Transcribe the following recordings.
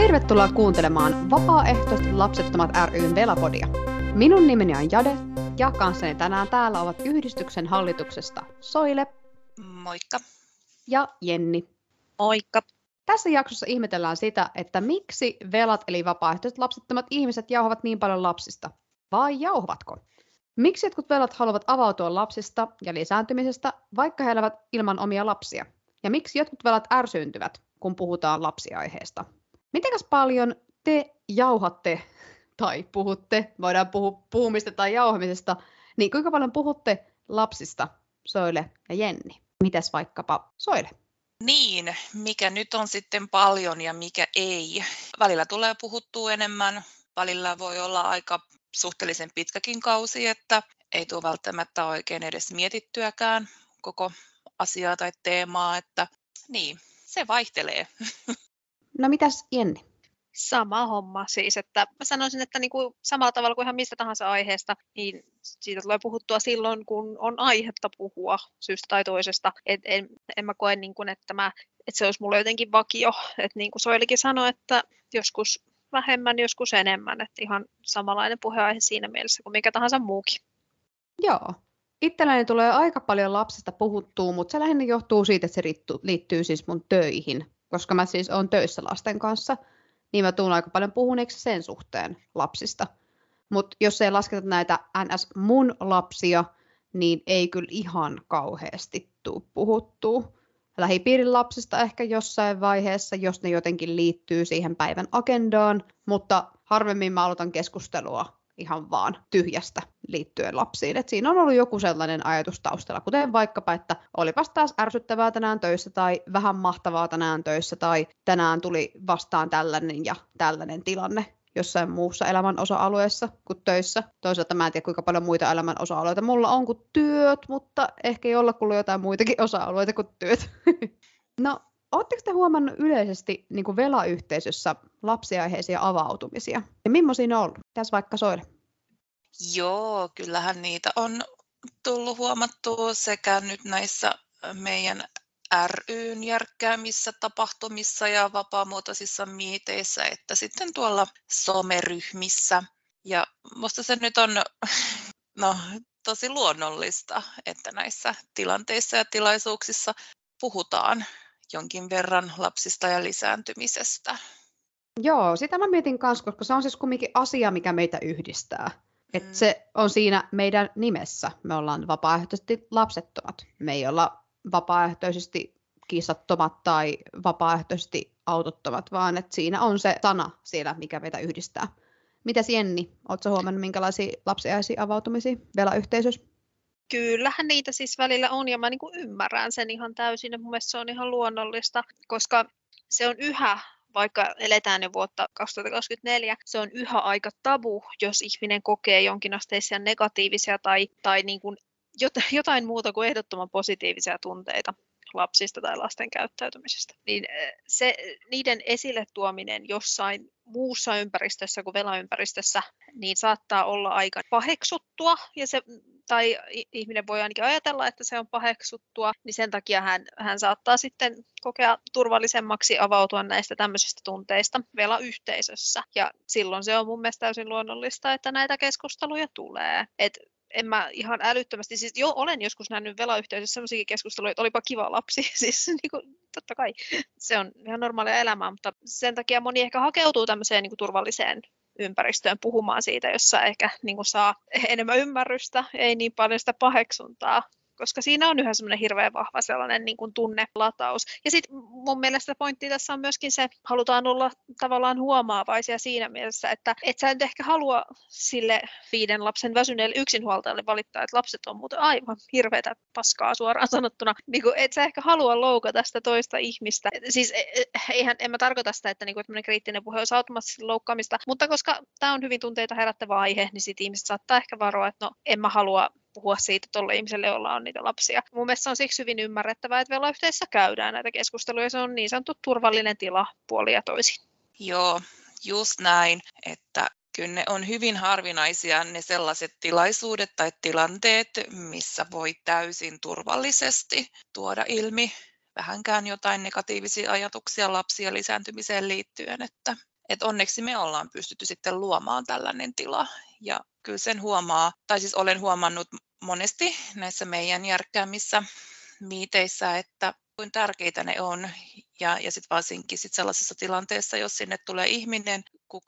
Tervetuloa kuuntelemaan Vapaaehtoisesti lapsettomat ry:n Velapodia. Minun nimeni on Jade ja kanssani tänään täällä ovat yhdistyksen hallituksesta Soile. Moikka. Ja Jenni. Moikka. Tässä jaksossa ihmetellään sitä, että miksi velat eli vapaaehtoiset lapsettomat ihmiset jauhavat niin paljon lapsista. Vai jauhavatko? Miksi jotkut velat haluavat avautua lapsista ja lisääntymisestä, vaikka he elävät ilman omia lapsia? Ja miksi jotkut velat ärsyyntyvät, kun puhutaan lapsiaiheesta? Mitenkäs paljon te jauhatte tai puhutte, voidaan puhua puhumista tai jauhamisesta, niin kuinka paljon puhutte lapsista, Soile ja Jenni? Mitäs vaikkapa Soile? Niin, mikä nyt on sitten paljon ja mikä ei. Välillä tulee puhuttua enemmän, välillä voi olla aika suhteellisen pitkäkin kausi, että ei tule välttämättä oikein edes mietittyäkään koko asiaa tai teemaa, että niin, se vaihtelee. No mitäs Jenni? Sama homma siis, että mä sanoisin, että niinku samalla tavalla kuin ihan mistä tahansa aiheesta, niin siitä tulee puhuttua silloin, kun on aihetta puhua syystä tai toisesta. En mä koe, niin kuin, että se olisi mulle jotenkin vakio, että niin kuin Soilikin sanoi, että joskus vähemmän, joskus enemmän, että ihan samanlainen puheenaihe siinä mielessä kuin mikä tahansa muukin. Joo. Itselläni tulee aika paljon lapsista puhuttua, mutta se lähinnä johtuu siitä, että se liittyy siis mun töihin, koska mä siis oon töissä lasten kanssa. Niin mä tuun aika paljon puhuneeksi sen suhteen lapsista. Mutta jos ei lasketa näitä NS mun lapsia, niin ei kyllä ihan kauheasti tule puhuttua. Lähipiirin lapsista ehkä jossain vaiheessa, jos ne jotenkin liittyy siihen päivän agendaan, mutta harvemmin mä aloitan keskustelua ihan vaan tyhjästä liittyen lapsiin. Et siinä on ollut joku sellainen ajatus taustalla, kuten vaikkapa, että olipas taas ärsyttävää tänään töissä tai vähän mahtavaa tänään töissä tai tänään tuli vastaan tällainen ja tällainen tilanne jossain muussa elämän osa-alueessa kuin töissä. Toisaalta mä en tiedä, kuinka paljon muita elämän osa-alueita mulla on kuin työt, mutta ehkä jollakulla jotain muitakin osa-alueita kuin työt. No, ootteko te huomannut yleisesti niin kuin velayhteisössä lapsiaiheisia avautumisia? Ja millaisia ne on ollut? Mitäs vaikka Soile? Joo, kyllähän niitä on tullut huomattua sekä nyt näissä meidän ry:n järkkäämissä tapahtumissa ja vapaamuotoisissa miiteissä, että sitten tuolla someryhmissä. Ja musta se nyt on tosi luonnollista, että näissä tilanteissa ja tilaisuuksissa puhutaan jonkin verran lapsista ja lisääntymisestä. Joo, sitä mä mietin kanssa, koska se on siis kumminkin asia, mikä meitä yhdistää. Että se on siinä meidän nimessä. Me ollaan vapaaehtoisesti lapsettomat. Me ei olla vapaaehtoisesti kissattomat tai vapaaehtoisesti autottomat, vaan että siinä on se sana siellä, mikä meitä yhdistää. Mitäs Jenni, ootko huomannut minkälaisia lapsiaisia avautumisia velayhteisössä? Kyllähän niitä siis välillä on ja mä niin kuin ymmärrän sen ihan täysin ja mun mielestä se on ihan luonnollista, koska se on yhä, vaikka eletään jo vuotta 2024, se on yhä aika tabu, jos ihminen kokee jonkinasteisia negatiivisia tai niin kuin jotain muuta kuin ehdottoman positiivisia tunteita lapsista tai lasten käyttäytymisestä. Niin niiden esille tuominen jossain muussa ympäristössä kuin velaympäristössä, niin saattaa olla aika paheksuttua, tai ihminen voi ainakin ajatella, että se on paheksuttua, niin sen takia hän saattaa sitten kokea turvallisemmaksi avautua näistä tämmöisistä tunteista velayhteisössä. Ja silloin se on mun mielestä täysin luonnollista, että näitä keskusteluja tulee. En mä ihan älyttömästi, siis olen joskus nähnyt velayhteisössä sellaisia keskusteluja, että olipa kiva lapsi, siis niin kuin, totta kai se on ihan normaalia elämää, mutta sen takia moni ehkä hakeutuu tämmöiseen niin kuin turvalliseen ympäristöön puhumaan siitä, jossa ehkä niin kuin saa enemmän ymmärrystä, ei niin paljon sitä paheksuntaa, koska siinä on yhä semmoinen hirveän vahva sellainen niin kuin tunnelataus. Ja sitten mun mielestä pointti tässä on myöskin se, halutaan olla tavallaan huomaavaisia siinä mielessä, että et sä nyt ehkä halua sille 5 lapsen väsyneelle yksinhuoltajalle valittaa, että lapset on muuten aivan hirveätä paskaa suoraan sanottuna. Niin kuin, et sä ehkä halua loukata sitä toista ihmistä. Siis en mä tarkoita sitä, että niinku, tämmöinen kriittinen puhe olisi automaattisesti loukkaamista, mutta koska tämä on hyvin tunteita herättävä aihe, niin sit ihmiset saattaa ehkä varoa, että no en mä halua puhua siitä tolle ihmiselle, jolla on niitä lapsia. Mun mielestä se on siksi hyvin ymmärrettävää, että velayhteisössä käydään näitä keskusteluja. Se on niin sanottu turvallinen tila puolin ja toisin. Joo, just näin, että kyllä ne on hyvin harvinaisia ne sellaiset tilaisuudet tai tilanteet, missä voi täysin turvallisesti tuoda ilmi vähänkään jotain negatiivisia ajatuksia lapsia lisääntymiseen liittyen, että Et onneksi me ollaan pystytty sitten luomaan tällainen tila. Ja kyllä sen huomaa, tai siis olen huomannut monesti näissä meidän järkkäämissä miiteissä, että kuin tärkeitä ne on. Ja sitten varsinkin sellaisessa tilanteessa, jos sinne tulee ihminen,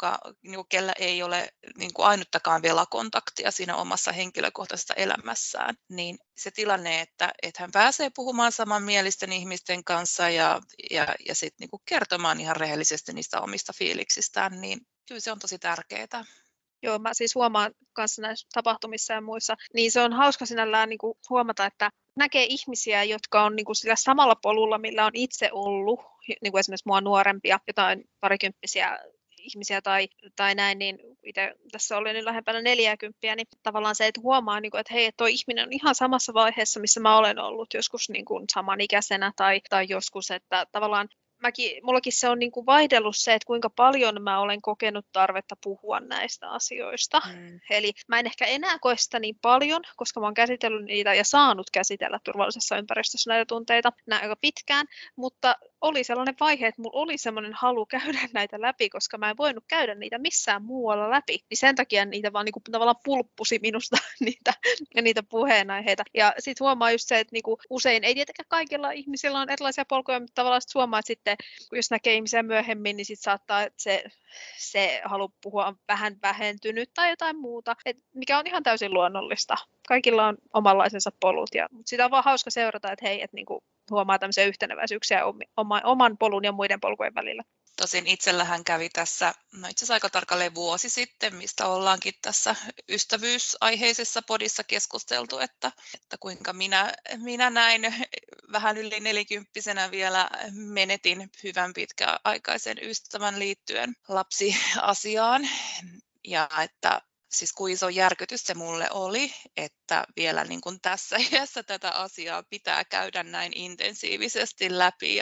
kellä ei ole ainuttakaan velakontaktia siinä omassa henkilökohtaisessa elämässään, niin se tilanne, että hän pääsee puhumaan samanmielisten ihmisten kanssa ja sitten kertomaan ihan rehellisesti niistä omista fiiliksistään, niin kyllä se on tosi tärkeää. Joo, mä siis huomaan kanssa näissä tapahtumissa ja muissa, niin se on hauska sinällään huomata, että näkee ihmisiä, jotka on sillä samalla polulla, millä on itse ollut, niin kuin esimerkiksi mua nuorempia, jotain parikymppisiä ihmisiä tai näin, niin itse tässä oli nyt lähempänä 40, niin tavallaan se, että huomaa, että hei, toi ihminen on ihan samassa vaiheessa, missä mä olen ollut joskus samanikäisenä tai joskus, että tavallaan mullakin se on vaihdellut se, että kuinka paljon mä olen kokenut tarvetta puhua näistä asioista. Eli mä en ehkä enää koe sitä niin paljon, koska mä oon käsitellyt niitä ja saanut käsitellä turvallisessa ympäristössä näitä tunteita aika pitkään, mutta oli sellainen vaihe, että mulla oli sellainen halu käydä näitä läpi, koska mä en voinut käydä niitä missään muualla läpi. Niin sen takia niitä vaan tavallaan pulppusi minusta niitä puheenaiheita. Ja sitten huomaa just se, että usein, ei tietenkään kaikilla ihmisillä on erilaisia polkuja, mutta tavallaan sit huomaa, että sitten, jos näkee ihmisiä myöhemmin, niin sitten saattaa, että se halu puhua on vähän vähentynyt tai jotain muuta, mikä on ihan täysin luonnollista. Kaikilla on omanlaisensa polut, mutta sitä on vaan hauska seurata, että hei, että huomaa tämmöisiä yhteneväisyyksiä oman polun ja muiden polkujen välillä. Tosin itsellähän kävi tässä, itse asiassa aika tarkalleen vuosi sitten, mistä ollaankin tässä ystävyysaiheisessa podissa keskusteltu, että kuinka minä näin vähän yli 40-vuotiaana vielä menetin hyvän pitkäaikaisen ystävän liittyen lapsiasiaan. Ja että siis kuin iso järkytys se mulle oli, että vielä tässä iässä tätä asiaa pitää käydä näin intensiivisesti läpi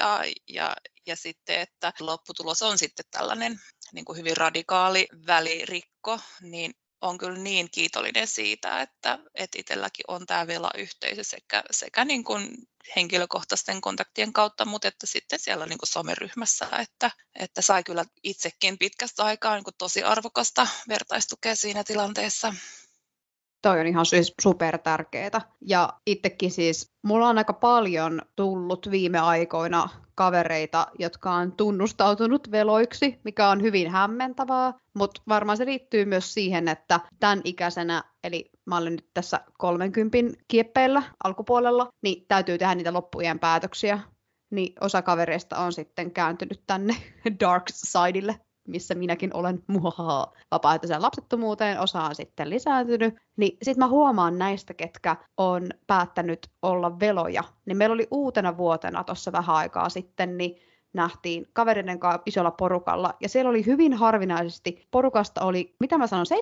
ja sitten, että lopputulos on sitten tällainen hyvin radikaali välirikko, niin on kyllä niin kiitollinen siitä, että itselläkin on tämä velayhteisö sekä henkilökohtaisten kontaktien kautta, mutta että sitten siellä someryhmässä, että sai kyllä itsekin pitkästä aikaa tosi arvokasta vertaistukea siinä tilanteessa. Toi on ihan siis super tärkeetä. Ja itsekin siis, mulla on aika paljon tullut viime aikoina kavereita, jotka on tunnustautunut veloiksi, mikä on hyvin hämmentävää, mutta varmaan se liittyy myös siihen, että tämän ikäisenä, eli mä olen nyt tässä 30 kieppeillä alkupuolella, niin täytyy tehdä niitä loppujen päätöksiä. Niin osa kavereista on sitten kääntynyt tänne dark sidelle, missä minäkin olen vapaaehtoiseen lapsettomuuteen, osa on sitten lisääntynyt, niin sitten mä huomaan näistä, ketkä on päättänyt olla veloja. Niin meillä oli uutena vuotena tuossa vähän aikaa sitten, niin nähtiin kavereiden kanssa isolla porukalla, ja siellä oli hyvin harvinaisesti, porukasta oli, mitä mä sanon,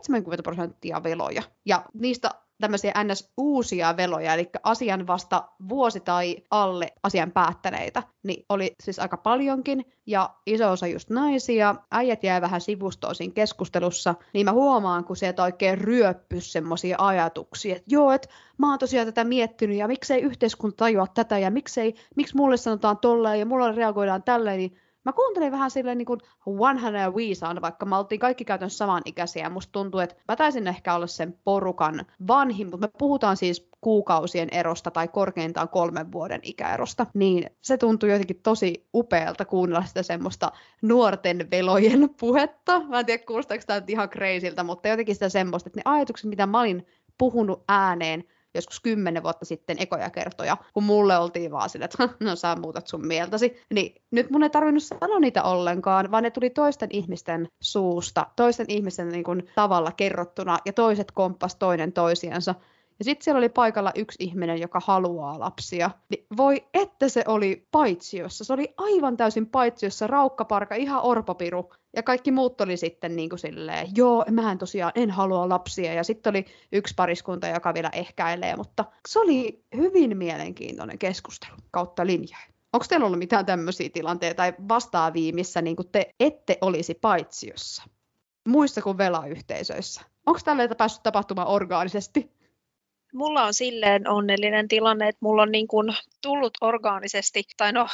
70% veloja, ja niistä tämmöisiä NS-uusia veloja, eli asian vasta vuosi tai alle asian päättäneitä, niin oli siis aika paljonkin, ja iso osa just naisia, äijät jäi vähän sivustoon siinä keskustelussa, niin mä huomaan, kun sieltä oikein ryöppys semmoisia ajatuksia, että joo, että mä oon tosiaan tätä miettinyt, ja miksei yhteiskunta tajua tätä, ja miksi mulle sanotaan tolleen, ja mulla reagoidaan tälleen, niin mä kuuntelin vähän silleen niin kuin vanhana ja viisaan, vaikka me oltiin kaikki käytännössä samanikäisiä, ja musta tuntuu, että mä taisin ehkä olla sen porukan vanhin, mutta me puhutaan siis kuukausien erosta tai korkeintaan 3 vuoden ikäerosta, niin se tuntuu jotenkin tosi upealta kuunnella sitä semmoista nuorten velojen puhetta. Mä en tiedä, kuulostaako tämä ihan crazyltä, mutta jotenkin sitä semmoista, että ne ajatukset, mitä mä olin puhunut ääneen, joskus 10 vuotta sitten ekoja kertoja, kun mulle oltiin vaan sille, että no sä muutat sun mieltäsi. Niin nyt mun ei tarvinnut sanoa niitä ollenkaan, vaan ne tuli toisten ihmisten suusta, toisten ihmisten niin kuin tavalla kerrottuna, ja toiset komppas toinen toisiansa. Ja sitten siellä oli paikalla yksi ihminen, joka haluaa lapsia. Niin voi että se oli paitsiossa. Se oli aivan täysin paitsiossa, raukkaparka, ihan orpopiru. Ja kaikki muut oli sitten niin kuin silleen, joo, mähän tosiaan en halua lapsia. Ja sitten oli yksi pariskunta, joka vielä ehkäilee. Mutta se oli hyvin mielenkiintoinen keskustelu kautta linjain. Onko teillä ollut mitään tämmöisiä tilanteita tai vastaavia, missä niin kuin te ette olisi paitsiossa? Muissa kuin velayhteisöissä. Onko tällä päässyt tapahtumaan orgaanisesti? Mulla on silleen onnellinen tilanne, että mulla on niin kuin tullut orgaanisesti, tai no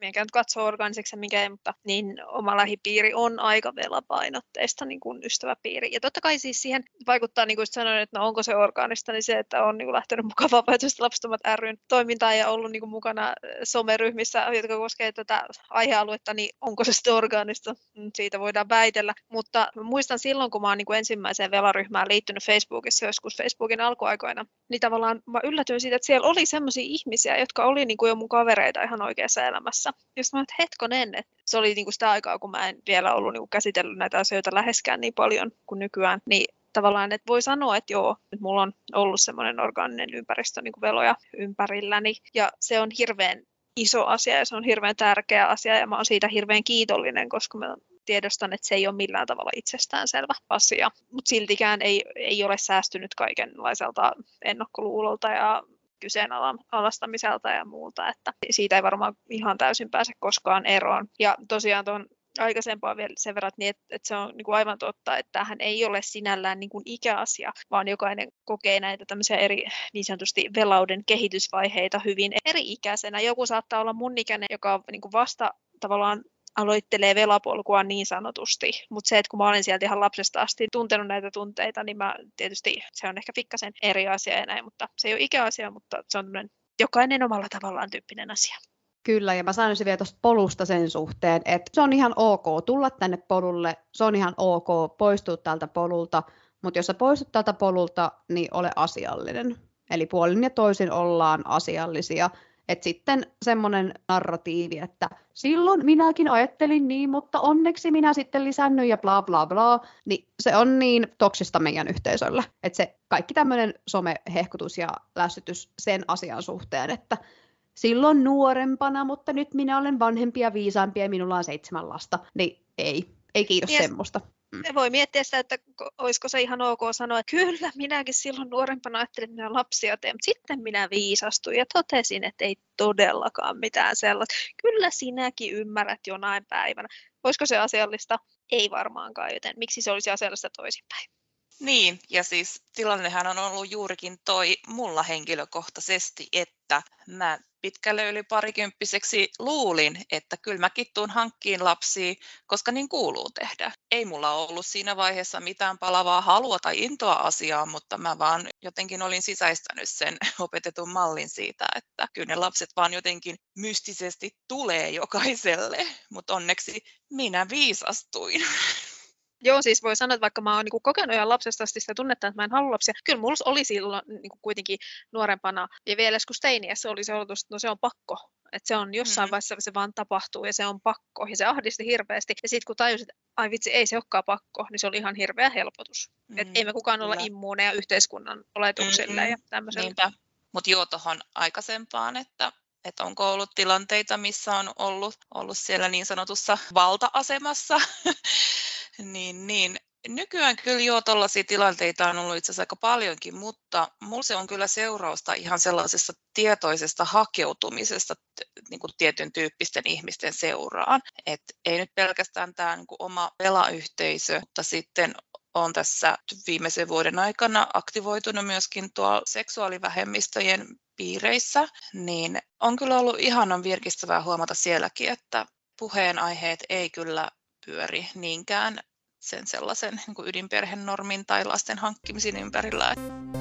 mikä nyt katsoo orgaaniseksi mikä ei, mutta niin oma lähipiiri on aika velapainotteista niin kuin ystäväpiiri. Ja totta kai siis siihen vaikuttaa, niin kuin sanoin, että no onko se orgaanista, niin se, että on niin kuin lähtenyt mukaan vapaaehtoisesti lapsettomat ry:n toimintaan ja ollut niin kuin mukana someryhmissä, jotka koskevat tätä aihealuetta, niin onko se sitten orgaanista? Siitä voidaan väitellä. Mutta muistan silloin, kun mä oon niin kuin ensimmäiseen velaryhmään liittynyt Facebookissa joskus Facebookin alkuaikoina, niin tavallaan mä yllätyin siitä, että siellä oli sellaisia ihmisiä, jotka oli niin kuin jo mun kavereita ihan oikeassa elämässä. Ja sitten mä että hetkonen, että se oli niin kuin sitä aikaa, kun mä en vielä ollut niin kuin käsitellyt näitä asioita läheskään niin paljon kuin nykyään, niin tavallaan, että voi sanoa, että joo, nyt mulla on ollut semmoinen orgaaninen ympäristö niin kuin veloja ympärilläni, ja se on hirveän iso asia ja se on hirveän tärkeä asia, ja mä oon siitä hirveän kiitollinen, koska mä tiedostan, että se ei ole millään tavalla itsestäänselvä asia, mutta siltikään ei ole säästynyt kaikenlaiselta ennakkoluulolta ja kyseenalaistamiselta ja muulta, että siitä ei varmaan ihan täysin pääse koskaan eroon. Ja tosiaan tuon aikaisempaa vielä sen verran, että se on niin kuin aivan totta, että tämähän ei ole sinällään niin kuin ikäasia, vaan jokainen kokee näitä tämmöisiä eri niin sanotusti velauden kehitysvaiheita hyvin eri-ikäisenä. Joku saattaa olla mun ikäinen, joka niin kuin vasta tavallaan aloittelee velapolkua niin sanotusti, mutta se, että kun mä olen sieltä ihan lapsesta asti tuntenut näitä tunteita, niin tietysti se on ehkä pikkasen eri asia ja näin, mutta se ei ole ikäasia, mutta se on jokainen omalla tavallaan tyyppinen asia. Kyllä, ja mä sanoisin vielä tuosta polusta sen suhteen, että se on ihan ok tulla tänne polulle, se on ihan ok poistua tältä polulta, mutta jos sä poistut tältä polulta, niin ole asiallinen. Eli puolin ja toisin ollaan asiallisia. Että sitten semmoinen narratiivi, että silloin minäkin ajattelin niin, mutta onneksi minä sitten lisännyt ja bla bla bla, niin se on niin toksista meidän yhteisöllä. Että se kaikki tämmöinen somehehkutus ja lässytys sen asian suhteen, että silloin nuorempana, mutta nyt minä olen vanhempi ja viisaampi ja minulla on 7 lasta, niin ei kiitos semmoista. Voi miettiä sitä, että olisiko se ihan ok sanoa, että kyllä minäkin silloin nuorempana ajattelin, että minä lapsia teen, mutta sitten minä viisastuin ja totesin, että ei todellakaan mitään sellaista. Kyllä sinäkin ymmärrät jonain päivänä. Olisiko se asiallista? Ei varmaankaan, joten miksi se olisi asiallista toisinpäin? Niin, ja siis tilannehan on ollut juurikin toi mulla henkilökohtaisesti, että mä pitkälle yli parikymppiseksi luulin, että kyllä mäkin tuun hankkiin lapsia, koska niin kuuluu tehdä. Ei mulla ollut siinä vaiheessa mitään palavaa halua tai intoa asiaa, mutta mä vaan jotenkin olin sisäistänyt sen opetetun mallin siitä, että kyllä ne lapset vaan jotenkin mystisesti tulee jokaiselle, mutta onneksi minä viisastuin. Joo, siis voi sanoa, että vaikka mä oon niin kokenut ihan lapsesta asti sitä tunnetta, että mä en halua lapsia, kyllä mulla oli silloin niin kuitenkin nuorempana ja vielä joskus teiniässä oli se oletus, että no se on pakko. Että se on jossain vaiheessa se vaan tapahtuu ja se on pakko ja se ahdisti hirveästi. Ja sitten kun tajusit, että ai vitsi, ei se olekaan pakko, niin se oli ihan hirveä helpotus. Että ei me kukaan olla immuuneja yhteiskunnan oletuksille ja tämmöiselle. Mutta joo, tuohon aikaisempaan, että onko ollut tilanteita, missä on ollut siellä niin sanotussa valta-asemassa, niin nykyään kyllä joo, tuollaisia tilanteita on ollut itse asiassa aika paljonkin, mutta mulla se on kyllä seurausta ihan sellaisesta tietoisesta hakeutumisesta niin kuin tietyn tyyppisten ihmisten seuraan. Et ei nyt pelkästään tämä niin kuin oma velayhteisö, mutta sitten olen tässä viimeisen vuoden aikana aktivoitunut myöskin tuolla seksuaalivähemmistöjen piireissä, niin on kyllä ollut ihanan virkistävää huomata sielläkin, että puheenaiheet ei kyllä pyöri niinkään sen sellaisen niin kuin ydinperhenormin tai lasten hankkimisen ympärillä.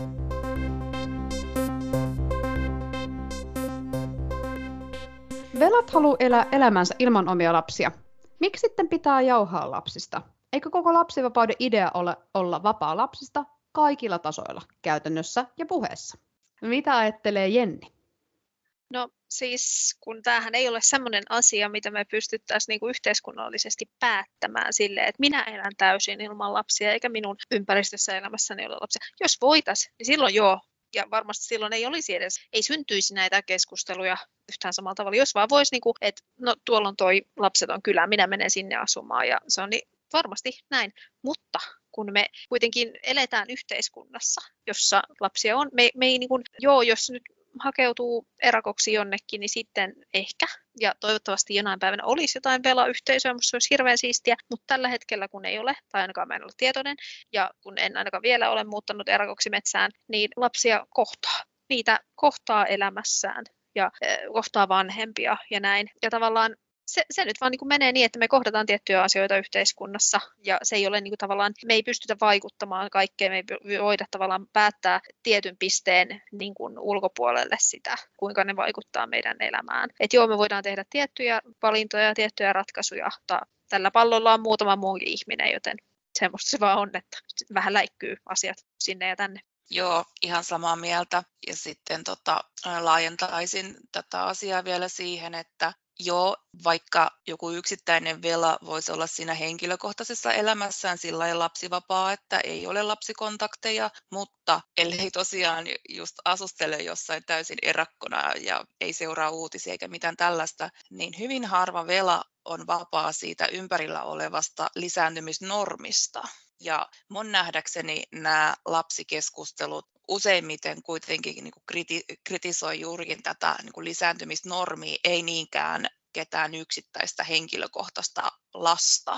Velat haluaa elää elämänsä ilman omia lapsia. Miksi sitten pitää jauhaa lapsista? Eikö koko lapsivapauden idea ole olla vapaa lapsista kaikilla tasoilla, käytännössä ja puheessa? Mitä ajattelee Jenni? No siis, kun tämähän ei ole sellainen asia, mitä me pystyttäisiin niinku yhteiskunnallisesti päättämään silleen, että minä elän täysin ilman lapsia, eikä minun ympäristössä elämässäni ole lapsia. Jos voitaisiin, niin silloin joo. Ja varmasti silloin ei syntyisi näitä keskusteluja yhtään samalla tavalla. Jos vaan voisi, että no tuolla on toi lapseton kylä, minä menen sinne asumaan ja se on niin varmasti näin. Mutta kun me kuitenkin eletään yhteiskunnassa, jossa lapsia on, me ei jos nyt hakeutuu erakoksi jonnekin, niin sitten ehkä, ja toivottavasti jonain päivänä olisi jotain velayhteisöä, musta se olisi hirveän siistiä, mutta tällä hetkellä kun ei ole, tai ainakaan mä en ole tietoinen, ja kun en ainakaan vielä ole muuttanut erakoksi metsään, niin lapsia kohtaa. Niitä kohtaa elämässään ja kohtaa vanhempia ja näin. Ja tavallaan se nyt vaan niin kuin menee niin, että me kohdataan tiettyjä asioita yhteiskunnassa ja se ei ole niin kuin tavallaan, me ei pystytä vaikuttamaan kaikkeen, me ei voida tavallaan päättää tietyn pisteen niin kuin ulkopuolelle sitä, kuinka ne vaikuttaa meidän elämään. Että joo, me voidaan tehdä tiettyjä valintoja, tiettyjä ratkaisuja, mutta tällä pallolla on muutama muukin ihminen, joten semmoista se vaan on, että vähän läikkyy asiat sinne ja tänne. Joo, ihan samaa mieltä. Ja sitten laajentaisin tätä asiaa vielä siihen, että joo, vaikka joku yksittäinen vela voisi olla siinä henkilökohtaisessa elämässään sillä lailla lapsivapaa, että ei ole lapsikontakteja, mutta ellei tosiaan just asustele jossain täysin erakkona ja ei seuraa uutisia eikä mitään tällaista, niin hyvin harva vela on vapaa siitä ympärillä olevasta lisääntymisnormista. Ja mun nähdäkseni nämä lapsikeskustelut useimmiten kuitenkin niin kuin kritisoi juurikin tätä niin kuin lisääntymisnormia, ei niinkään ketään yksittäistä henkilökohtaista lasta.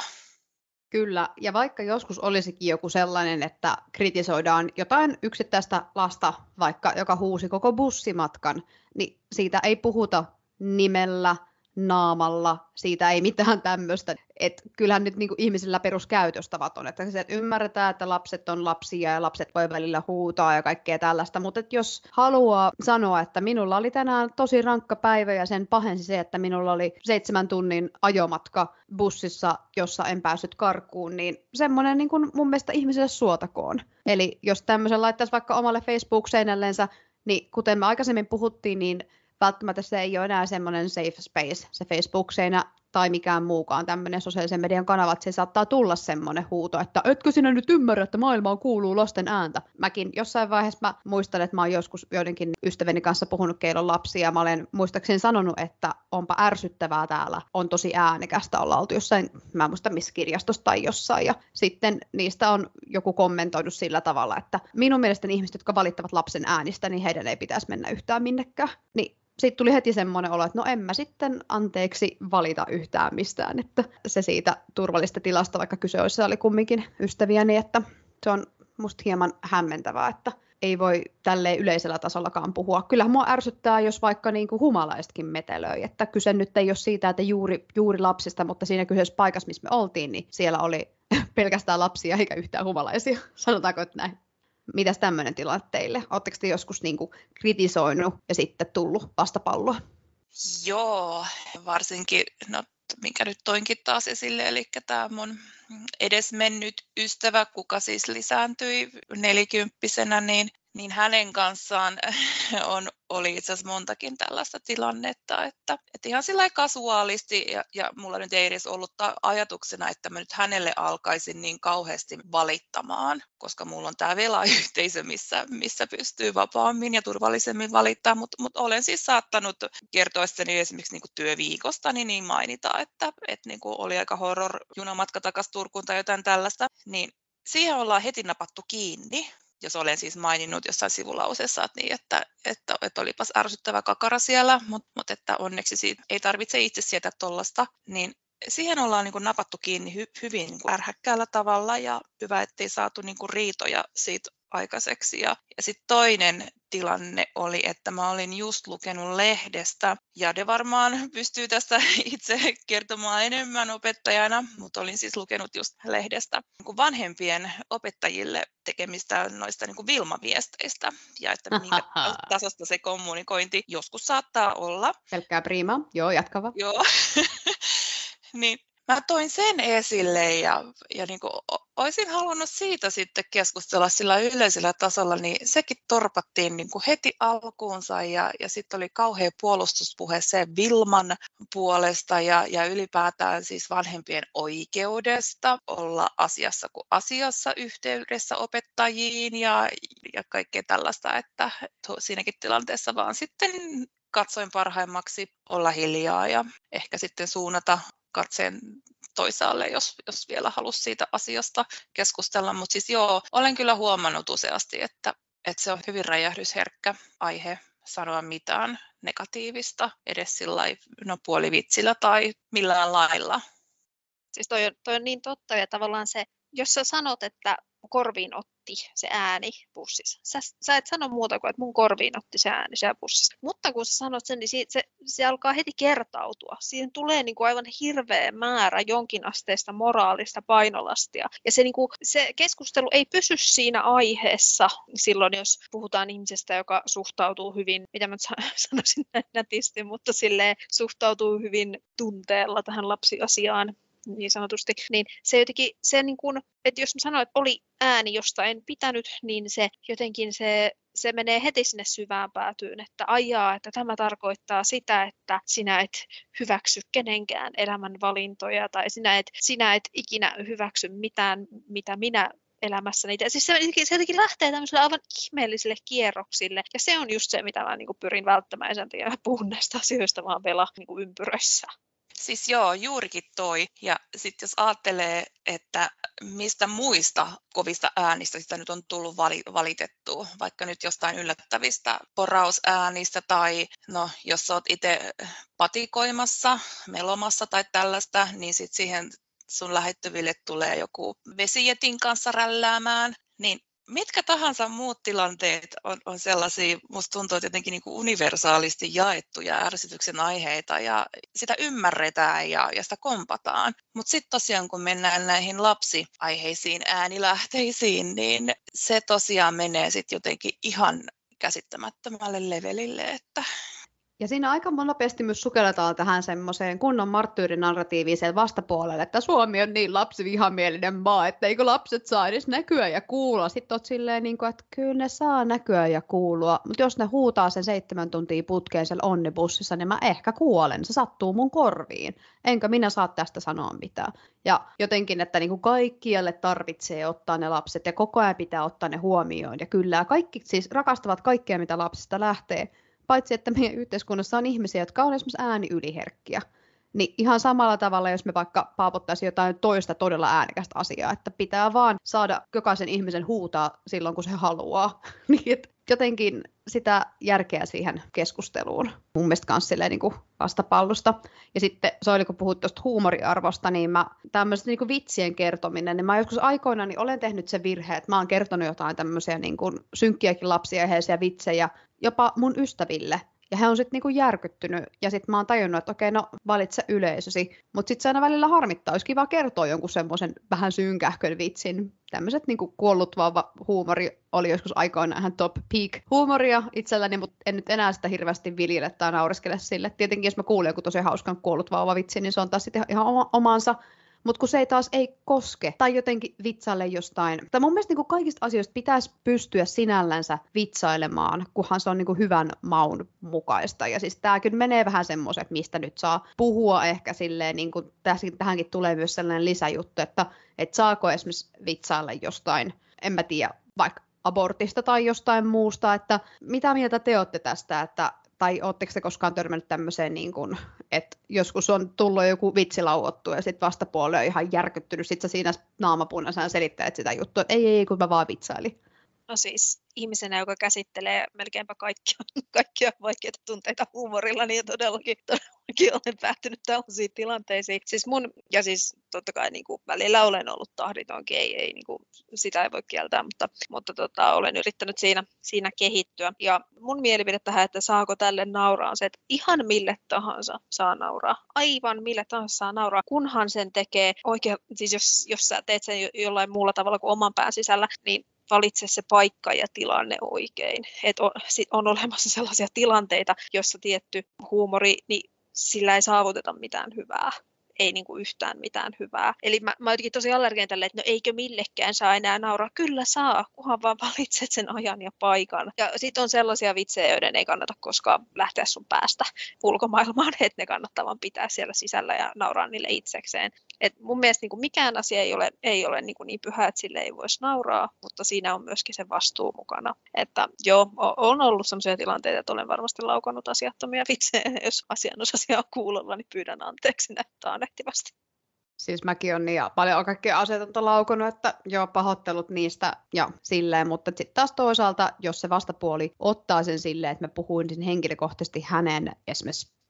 Kyllä, ja vaikka joskus olisikin joku sellainen, että kritisoidaan jotain yksittäistä lasta, vaikka joka huusi koko bussimatkan, niin siitä ei puhuta nimellä, naamalla, siitä ei mitään tämmöistä. Et kyllähän nyt niinku ihmisillä peruskäytöstavat on, että ymmärretään, että lapset on lapsia ja lapset voi välillä huutaa ja kaikkea tällaista, mutta jos haluaa sanoa, että minulla oli tänään tosi rankka päivä ja sen pahensi se, että minulla oli 7 tunnin ajomatka bussissa, jossa en päässyt karkuun, niin semmoinen niin kuin mun mielestä ihmiselle suotakoon. Eli jos tämmöisen laittaisi vaikka omalle Facebook-seinällensä, niin kuten me aikaisemmin puhuttiin, niin välttämättä se ei ole enää semmoinen safe space, se Facebook-seinä tai mikään muukaan tämmöinen sosiaalisen median kanava, että se saattaa tulla semmoinen huuto, että etkö sinä nyt ymmärrä, että maailmaan kuuluu lasten ääntä. Mäkin jossain vaiheessa mä muistan, että mä oon joskus joidenkin ystäväni kanssa puhunut keilon lapsia, ja mä olen muistaakseni sanonut, että onpa ärsyttävää täällä, on tosi äänekästä, olla oltu jossain, mä en muista missä kirjastossa tai jossain, ja sitten niistä on joku kommentoinut sillä tavalla, että minun mielestäni ihmiset, jotka valittavat lapsen äänistä, niin heidän ei pitäisi mennä yhtään minnekään. Niin sitten tuli heti semmoinen olo, että no en mä sitten anteeksi valita yhtään mistään, että se siitä turvallista tilasta, vaikka kyse oli kumminkin ystäviäni, että se on musta hieman hämmentävää, että ei voi tälleen yleisellä tasollakaan puhua. Kyllähän mua ärsyttää, jos vaikka niin kuin humalaisetkin metelöi, että kyse nyt ei ole siitä, että juuri lapsista, mutta siinä kyseessä paikassa, missä me oltiin, niin siellä oli pelkästään lapsia eikä yhtään humalaisia, sanotaanko että näin. Mitäs tämmöinen tilanne teille? Oletteko te joskus niin kuin kritisoinut ja sitten tullut vastapalloa? Joo, varsinkin, minkä nyt toinkin taas esille, eli tämä mun edesmennyt ystävä, kuka siis lisääntyi 40-vuotiaana, niin hänen kanssaan oli itse asiassa montakin tällaista tilannetta, että ihan sillä lailla kasuaalisti, ja mulla nyt ei edes ollut ajatuksena, että mä nyt hänelle alkaisin niin kauheasti valittamaan, koska mulla on tämä velayhteisö, missä pystyy vapaammin ja turvallisemmin valittaa, mutta olen siis saattanut kertoessani esimerkiksi niin kuin työviikostani niin mainita, että niin kuin oli aika horror junamatka takaisin Turkuun tai jotain tällaista, niin siihen ollaan heti napattu kiinni. Jos olen siis maininnut jossain sivulauseessa, että olipas ärsyttävä kakara siellä, mutta että onneksi siitä ei tarvitse itse sietää tuollaista, niin siihen ollaan niin kuin napattu kiinni hyvin niin kuin ärhäkkäällä tavalla ja hyvä, ettei saatu niin kuin riitoja siitä aikaiseksi. Ja sitten toinen tilanne oli, että mä olin just lukenut lehdestä, ja de varmaan pystyy tästä itse kertomaan enemmän opettajana, mutta olin siis lukenut just lehdestä niin kuin vanhempien opettajille tekemistä noista niin kuin Vilma-viesteistä, ja että minkä tasosta se kommunikointi joskus saattaa olla. Pelkkää priimaa, joo, jatkava. Joo, niin mä toin sen esille ja niin kuin olisin halunnut siitä sitten keskustella sillä yleisellä tasolla, niin sekin torpattiin niin kuin heti alkuunsa ja sitten oli kauhea puolustuspuhe sen Vilman puolesta ja ylipäätään siis vanhempien oikeudesta olla asiassa kuin asiassa yhteydessä opettajiin ja kaikkea tällaista, että siinäkin tilanteessa vaan sitten katsoin parhaimmaksi olla hiljaa ja ehkä sitten suunnata katseen toisaalle, jos vielä halusi siitä asiasta keskustella. Mutta siis joo, olen kyllä huomannut useasti, että se on hyvin räjähdysherkkä aihe sanoa mitään negatiivista, edes sillai, puolivitsillä tai millään lailla. Siis toi on niin totta ja tavallaan se, jos sä sanot, että korviin otti se ääni bussissa. Sä et sano muuta kuin, että mun korviin otti se ääni siellä bussissa. Mutta kun sä sanot sen, niin se alkaa heti kertautua. Siihen tulee niin kuin aivan hirveä määrä jonkinasteista moraalista painolastia. Ja se keskustelu ei pysy siinä aiheessa silloin, jos puhutaan ihmisestä, joka suhtautuu hyvin, mitä mä sanoisin näin nätisti, mutta silleen suhtautuu hyvin tunteella tähän lapsiasiaan niin sanotusti, niin se jotenkin, että jos mä sanoin, että oli ääni, josta en pitänyt, niin se jotenkin se menee heti sinne syvään päätyyn, että ajaa, että tämä tarkoittaa sitä, että sinä et hyväksy kenenkään elämänvalintoja tai sinä et ikinä hyväksy mitään, mitä minä elämässäni. Siis se jotenkin lähtee tämmöiselle aivan ihmeellisille kierroksille, ja se on just se, mitä mä pyrin välttämään, sen takia puhun näistä asioista vaan vielä ympyröissä. Siis joo, juurikin toi. Ja sitten jos ajattelee, että mistä muista kovista äänistä sitä nyt on tullut valitettua, vaikka nyt jostain yllättävistä porausäänistä tai no, jos olet itse patikoimassa, melomassa tai tällaista, niin sitten siihen sun lähettyville tulee joku vesijetin kanssa rälläämään, niin mitkä tahansa muut tilanteet on sellaisia, musta tuntuu, että jotenkin niin kuin universaalisti jaettuja ärsytyksen aiheita ja sitä ymmärretään ja sitä kompataan. Mutta sitten tosiaan kun mennään näihin lapsiaiheisiin äänilähteisiin, niin se tosiaan menee sitten jotenkin ihan käsittämättömälle levelille, että ja siinä aika nopeasti myös sukelletaan tähän semmoiseen kunnon marttyyrinarratiiviin sen vastapuolelle, että Suomi on niin lapsivihamielinen maa, että eikö lapset saa edes näkyä ja kuulua. Sitten olet silleen, että kyllä ne saa näkyä ja kuulua, mutta jos ne huutaa sen 7 tuntia putkeen siellä onnibussissa, niin mä ehkä kuolen. Se sattuu mun korviin, enkä minä saa tästä sanoa mitään. Ja jotenkin, että kaikkialle tarvitsee ottaa ne lapset ja koko ajan pitää ottaa ne huomioon. Ja kyllä kaikki siis rakastavat kaikkea, mitä lapsista lähtee. Paitsi, että meidän yhteiskunnassa on ihmisiä, jotka on esimerkiksi ääniyliherkkiä. Niin ihan samalla tavalla, jos me vaikka paapottaisiin jotain toista todella äänekästä asiaa, että pitää vaan saada jokaisen ihmisen huutaa silloin, kun se haluaa. Niin jotenkin sitä järkeä siihen keskusteluun. Mun mielestä myös silleen vastapallosta. Ja sitten Soili, kun puhut tuosta huumoriarvosta, niin tämmöiset vitsien kertominen, niin mä joskus aikoinaan niin olen tehnyt sen virhe, että mä oon kertonut jotain tämmöisiä synkkiäkin lapsiaiheisia vitsejä jopa mun ystäville. Ja he on sitten järkyttynyt, ja sitten mä oon tajunnut, että okei, no valitse yleisösi. Mutta sitten se aina välillä harmittaa, olisi kiva kertoa jonkun semmoisen vähän synkähkön vitsin. Tämmöiset kuollut vauva huumori oli joskus aikoinaan ihan top peak huumoria itselläni, mutta en nyt enää sitä hirveästi viljele tai naureskele sille. Tietenkin jos mä kuulen joku tosi hauskan kuollut vauva vitsi, niin se on taas sitten ihan omansa. Mutta kun se ei taas ei koske tai jotenkin vitsaille jostain. Tai mun mielestä kaikista asioista pitäisi pystyä sinällänsä vitsailemaan, kunhan se on hyvän maun mukaista. Ja siis tämä kyllä menee vähän semmoiset, mistä nyt saa puhua ehkä silleen, tähänkin tulee myös sellainen lisäjuttu, että saako esimerkiksi vitsailla jostain, en mä tiedä, vaikka abortista tai jostain muusta, että mitä mieltä te olette tästä, tai ootteko te koskaan törmännyt tämmöiseen, että joskus on tullut joku vitsi lauottu ja sitten vastapuoli on ihan järkyttynyt, sitten sä siinä naamapunaisena selittäet sitä juttua, että ei, kun mä vaan vitsailin. No siis ihmisenä, joka käsittelee melkeinpä kaikkia vaikeita tunteita huumorilla, niin todellakin olen päätynyt tällaisiin tilanteisiin. Siis totta kai välillä olen ollut tahditonkin, ei sitä ei voi kieltää, mutta olen yrittänyt siinä kehittyä. Ja mun mielipide tähän, että saako tälle nauraa, on se, että ihan mille tahansa saa nauraa. Aivan mille tahansa saa nauraa, kunhan sen tekee oikein, siis jos sä teet sen jollain muulla tavalla kuin oman pään sisällä, niin valitse se paikka ja tilanne oikein. On olemassa sellaisia tilanteita, joissa tietty huumori, niin sillä ei saavuteta mitään hyvää. Ei yhtään mitään hyvää. Eli mä jotenkin tosi allerginen tälle, että no eikö millekään saa enää nauraa. Kyllä saa, kunhan vaan valitset sen ajan ja paikan. Ja sitten on sellaisia vitsejä, joiden ei kannata koskaan lähteä sun päästä ulkomaailmaan, että ne kannattaa vaan pitää siellä sisällä ja nauraa niille itsekseen. Et mun mielestä mikään asia ei ole niin pyhä, että sille ei voisi nauraa, mutta siinä on myöskin se vastuu mukana. Että joo, on ollut sellaisia tilanteita, että olen varmasti laukannut asiattomia vitsejä. Jos asianosaisia on kuulolla, niin pyydän anteeksi taannehtivasti. Siis mäkin on niin paljon kaikkia asetonta laukonut, että joo, pahoittelut niistä ja silleen, mutta sitten taas toisaalta, jos se vastapuoli ottaa sen silleen, että mä puhuin henkilökohtaisesti hänen esimerkiksi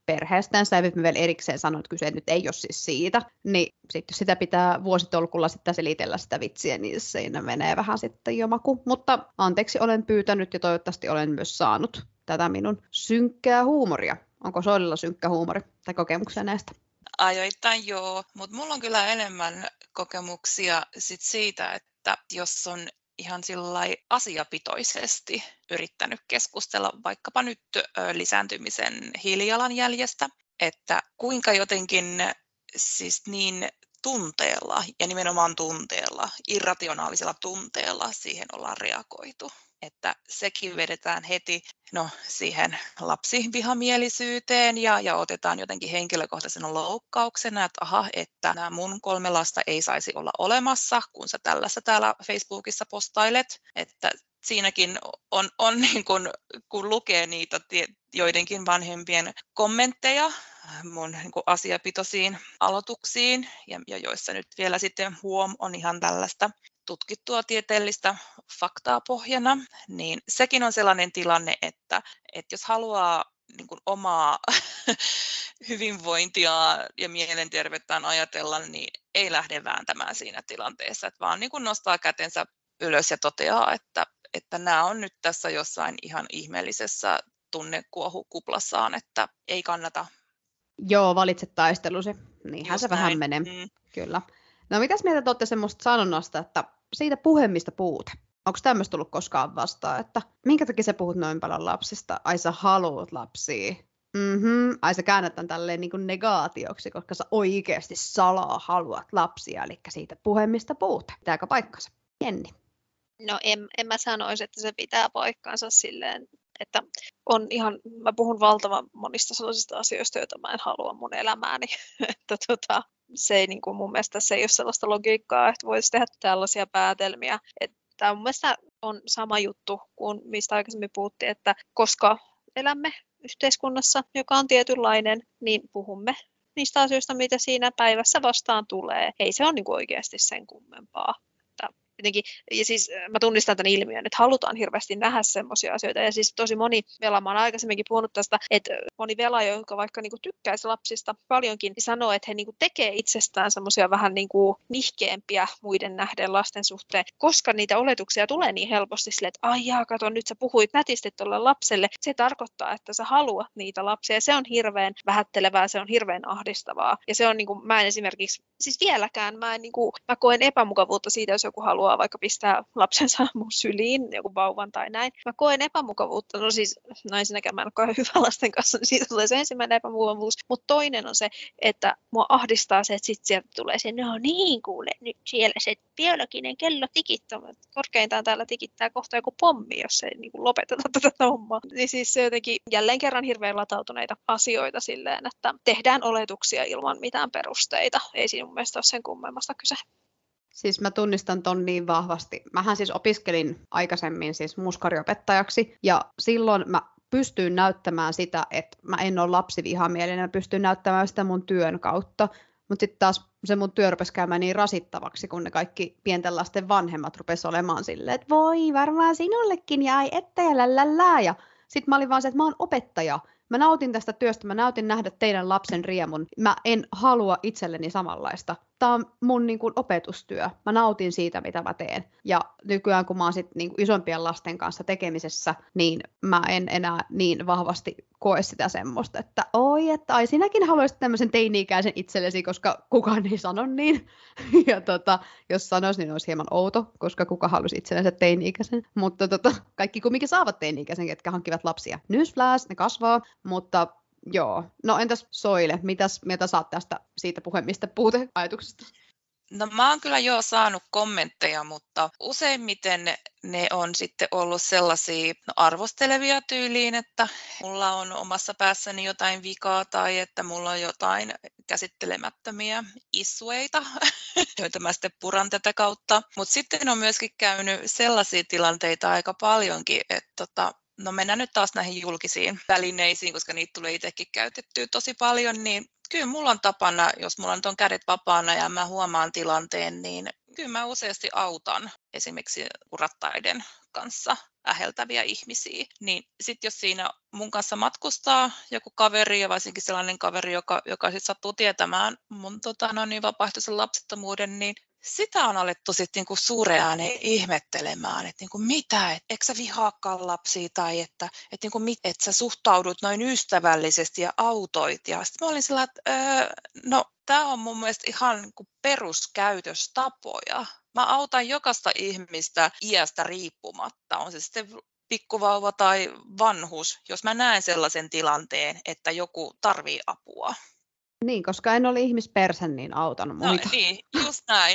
perheestänsä, ja mä vielä erikseen sanoin, että kyse nyt ei ole siis siitä, niin sitten sitä pitää vuositolkulla sitten selitellä sitä vitsiä, niin siinä menee vähän sitten jo maku. Mutta anteeksi olen pyytänyt ja toivottavasti olen myös saanut tätä minun synkkää huumoria. Onko Soililla synkkä huumori tai kokemuksia näistä? Ajoittain joo, mutta mulla on kyllä enemmän kokemuksia siitä, että jos on ihan sillai asiapitoisesti yrittänyt keskustella vaikkapa nyt lisääntymisen hiilijalanjäljestä, että kuinka jotenkin siis niin tunteella ja nimenomaan tunteella, irrationaalisella tunteella siihen ollaan reagoitu. Että sekin vedetään heti siihen lapsivihamielisyyteen ja otetaan jotenkin henkilökohtaisena loukkauksena, että että nämä mun 3 lasta ei saisi olla olemassa, kun sä tällaista täällä Facebookissa postailet. Että siinäkin on niin kun lukee niitä joidenkin vanhempien kommentteja mun niin kun asiapitoisiin aloituksiin, ja joissa nyt vielä sitten on ihan tällaista tutkittua tieteellistä faktaa pohjana, niin sekin on sellainen tilanne, että jos haluaa niin kuin omaa hyvinvointia ja mielenterveyttään ajatella, niin ei lähde vääntämään siinä tilanteessa, että vaan niin kuin nostaa kätensä ylös ja toteaa, että nämä on nyt tässä jossain ihan ihmeellisessä tunnekuohukuplassaan, että ei kannata. Joo, valitse taistelusi. Niinhän se vähän menee. Kyllä. No mitäs mieltä te olette semmoista sanonnasta, että siitä puhemista puute? Onko tämmöistä tullut koskaan vastaan, että minkä takia sä puhut noin paljon lapsista? Ai sä haluat lapsia. Ai sä käännät tämän tälleen niin kuin negaatioksi, koska sä oikeasti salaa haluat lapsia, eli siitä puhemista puute. Pitääkö paikkansa? Jenni. No en mä sanoisi, että se pitää paikkansa silleen, että mä puhun valtavan monista sellaisista asioista, joita mä en halua mun elämääni. Että se ei niin kuin mun mielestä se ei ole sellaista logiikkaa, että voisi tehdä tällaisia päätelmiä. Että mun mielestä on sama juttu kuin mistä aikaisemmin puhuttiin, että koska elämme yhteiskunnassa, joka on tietynlainen, niin puhumme niistä asioista, mitä siinä päivässä vastaan tulee. Ei se ole niin kuin oikeasti sen kummempaa. Jotenkin, ja siis mä tunnistan tämän ilmiön, että halutaan hirveästi nähdä semmoisia asioita. Ja siis tosi moni vela, mä olen aikaisemminkin puhunut tästä, että moni vela, joka vaikka niinku tykkäisi lapsista paljonkin, niin sanoo, että he niinku tekee itsestään semmoisia vähän niinku nihkeämpiä muiden nähden lasten suhteen, koska niitä oletuksia tulee niin helposti silleen, että ai jaa, kato, nyt sä puhuit nätisti tuolle lapselle. Se tarkoittaa, että sä haluat niitä lapsia. Ja se on hirveän vähättelevää, se on hirveän ahdistavaa. Ja se on niinku, mä en esimerkiksi, siis vieläkään mä koen epämukavuutta siitä, jos joku haluaa vaikka pistää lapsensa mun syliin, joku vauvan tai näin. Mä koen epämukavuutta, no siis ensinnäkään mä en ole kauhean hyvä lasten kanssa, niin siitä tulee se ensimmäinen epämukavuus. Mutta toinen on se, että mua ahdistaa se, että sitten sieltä tulee se, no niin kuule, nyt siellä se biologinen kello tikittää. Korkeintaan täällä tikittää kohta joku pommi, jos ei niin kuin lopeteta tätä hommaa. Niin siis se jotenkin jälleen kerran hirveän latautuneita asioita silleen, että tehdään oletuksia ilman mitään perusteita. Ei siinä mun mielestä ole sen kummemmasta kyse. Siis mä tunnistan ton niin vahvasti. Mähän siis opiskelin aikaisemmin siis muskariopettajaksi ja silloin mä pystyin näyttämään sitä, että mä en ole lapsivihamielinen, mä pystyin näyttämään sitä mun työn kautta. Mutta sitten taas se mun työ rupesi käymään niin rasittavaksi, kun ne kaikki pienten lasten vanhemmat rupesi olemaan silleen, että voi varmaan sinullekin ja ai että ja lällällää. Ja sitten mä olin vaan se, että mä oon opettaja. Mä nautin tästä työstä, mä nautin nähdä teidän lapsen riemun. Mä en halua itselleni samanlaista. Tämä on mun niin kuin opetustyö. Mä nautin siitä, mitä mä teen. Ja nykyään, kun mä oon sit niin kuin isompien lasten kanssa tekemisessä, niin mä en enää niin vahvasti koe sitä semmoista, että oi, että ai sinäkin haluaisit tämmöisen teini-ikäisen itsellesi, koska kukaan ei sano niin. Ja jos sanoisi, niin olisi hieman outo, koska kuka halusi itsellensä teini-ikäisen. Mutta kaikki kumminkin saavat teini-ikäisen, ketkä hankkivat lapsia. Newsflash, ne kasvaa, mutta joo. No entäs Soile, mitäs mieltä saat tästä siitä puhemista puuteajatuksesta? No mä oon kyllä jo saanut kommentteja, mutta useimmiten ne on sitten ollut sellaisia arvostelevia tyyliin, että mulla on omassa päässäni jotain vikaa tai että mulla on jotain käsittelemättömiä issueita, joita mä sitten puran tätä kautta. Mutta sitten on myöskin käynyt sellaisia tilanteita aika paljonkin, että no mennään nyt taas näihin julkisiin välineisiin, koska niitä tulee itsekin käytettyä tosi paljon, niin kyllä mulla on tapana, jos mulla nyt on kädet vapaana ja mä huomaan tilanteen, niin kyllä mä useasti autan esimerkiksi rattaiden kanssa. äheltäviä ihmisiä. Niin sitten jos siinä mun kanssa matkustaa joku kaveri ja varsinkin sellainen kaveri, joka sit sattuu tietämään mun vapaaehtoisen lapsettomuuden, niin sitä on alettu sitten niinku suureen ääneen ihmettelemään, että niinku mitä, eikö sä vihaakaan lapsia tai että niinku et sä suhtaudut noin ystävällisesti ja autoit. Ja sitten mä olin sillä, että no tämä on mun mielestä ihan niinku peruskäytöstapoja. Mä autan jokaista ihmistä iästä riippumatta, on se sitten pikkuvauva tai vanhus, jos mä näen sellaisen tilanteen, että joku tarvii apua. Niin, koska en ole ihmispersä, niin autan muita. No niin, just näin.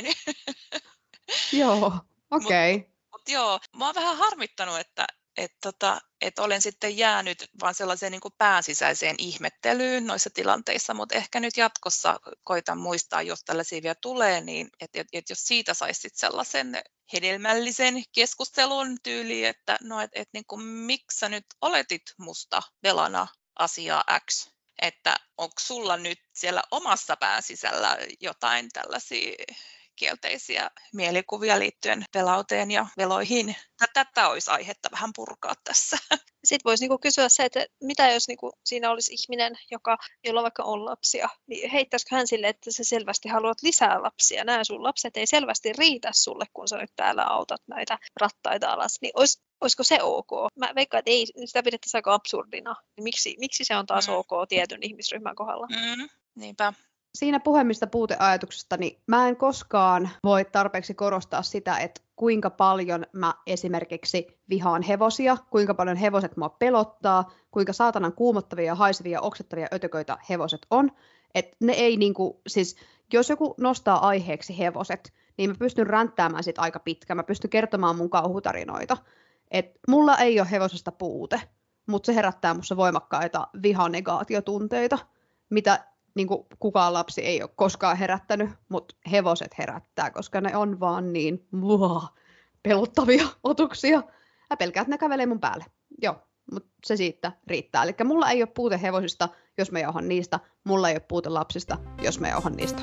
Joo, okei. Okay. Mut joo, mä oon vähän harmittanut, että olen sitten jäänyt vaan sellaiseen niin kuin päänsisäiseen ihmettelyyn noissa tilanteissa, mutta ehkä nyt jatkossa koitan muistaa, jos tällaisia vielä tulee, niin että jos siitä saisi sellaisen hedelmällisen keskustelun tyyliin, että no, niin kuin, miksi sä nyt oletit musta velana asiaa X, että onko sulla nyt siellä omassa pään sisällä jotain tällaisia kielteisiä mielikuvia liittyen velauteen ja veloihin. Tätä olisi aihetta vähän purkaa tässä. Sitten voisi niinku kysyä se, että mitä jos niinku siinä olisi ihminen, jolla vaikka on lapsia, niin heittäisikö hän sille, että sä selvästi haluat lisää lapsia. Nämä sun lapset ei selvästi riitä sulle, kun sä nyt täällä autat näitä rattaita alas. Niin olisiko se ok? Mä veikkaan, että ei sitä pidettäisi aika absurdina. Miksi se on taas ok tietyn ihmisryhmän kohdalla? Niinpä. Siinä puhemista puuteajatuksesta, niin mä en koskaan voi tarpeeksi korostaa sitä, että kuinka paljon mä esimerkiksi vihaan hevosia, kuinka paljon hevoset mua pelottaa, kuinka saatanan kuumottavia, haisevia, oksettavia ötököitä hevoset on. Että ne ei niinku, siis jos joku nostaa aiheeksi hevoset, niin mä pystyn ränttäämään sit aika pitkään, mä pystyn kertomaan mun kauhutarinoita. Et mulla ei ole hevosesta puute, mutta se herättää musta voimakkaita vihanegaatiotunteita, mitä niin kuin kukaan lapsi ei ole koskaan herättänyt, mutta hevoset herättää, koska ne on vaan niin pelottavia otuksia. Mä pelkään, että ne kävelee mun päälle. Joo, mutta se siitä riittää. Eli mulla ei ole puute hevosista, jos mä jauhan niistä. Mulla ei ole puute lapsista, jos mä jauhan niistä.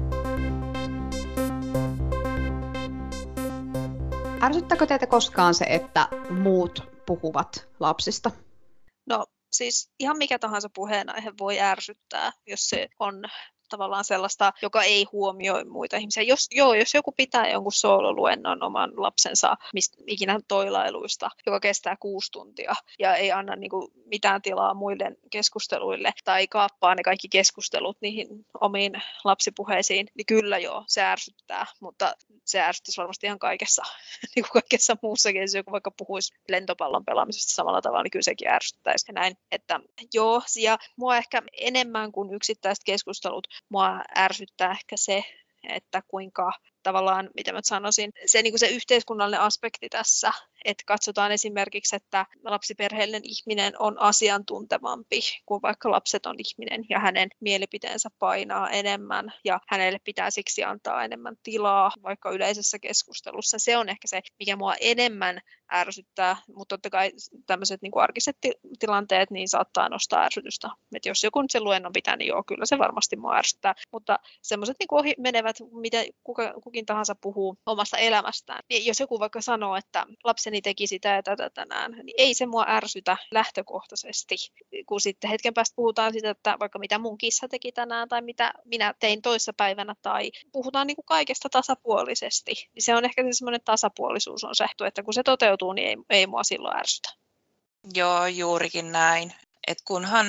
Ärsyttääkö teitä koskaan se, että muut puhuvat lapsista? No siis ihan mikä tahansa puheenaihe voi ärsyttää, jos se on tavallaan sellaista, joka ei huomioi muita ihmisiä. Jos joku pitää jonkun soololuennon oman lapsensa ikinä toilailuista, joka kestää 6 tuntia ja ei anna niinku mitään tilaa muille keskusteluille tai kaappaa ne kaikki keskustelut niihin omiin lapsipuheisiin, niin kyllä joo, se ärsyttää, mutta se ärsyttäisi varmasti ihan kaikessa, niin kuin kaikessa muussakin. Jos joku vaikka puhuisi lentopallon pelaamisesta samalla tavalla, niin kyllä sekin ärsyttäisi. Ja näin, että joo, ja mua ehkä enemmän kuin yksittäiset keskustelut, mua ärsyttää ehkä se, että kuinka tavallaan, mitä mä sanoisin, se, niin kuin se yhteiskunnallinen aspekti tässä, että katsotaan esimerkiksi, että lapsiperheellinen ihminen on asiantuntevampi kuin vaikka lapseton ihminen ja hänen mielipiteensä painaa enemmän ja hänelle pitää siksi antaa enemmän tilaa vaikka yleisessä keskustelussa. Se on ehkä se, mikä mua enemmän ärsyttää, mutta totta kai tämmöiset niin kuin arkiset tilanteet niin saattaa nostaa ärsytystä. Et jos joku nyt sen luennon pitää, niin joo, kyllä se varmasti mua ärsyttää, mutta semmoiset niin kuin ohi menevät, mitä kukin tahansa puhuu omasta elämästään. Niin jos joku vaikka sanoo, että lapseni teki sitä ja tätä tänään, niin ei se mua ärsytä lähtökohtaisesti. Kun sitten hetken päästä puhutaan siitä, että vaikka mitä mun kissa teki tänään tai mitä minä tein toissapäivänä tai puhutaan niin kuin kaikesta tasapuolisesti, niin se on ehkä se semmoinen tasapuolisuus on se, että kun se toteutuu, niin ei mua silloin ärsytä. Joo, juurikin näin. Et kunhan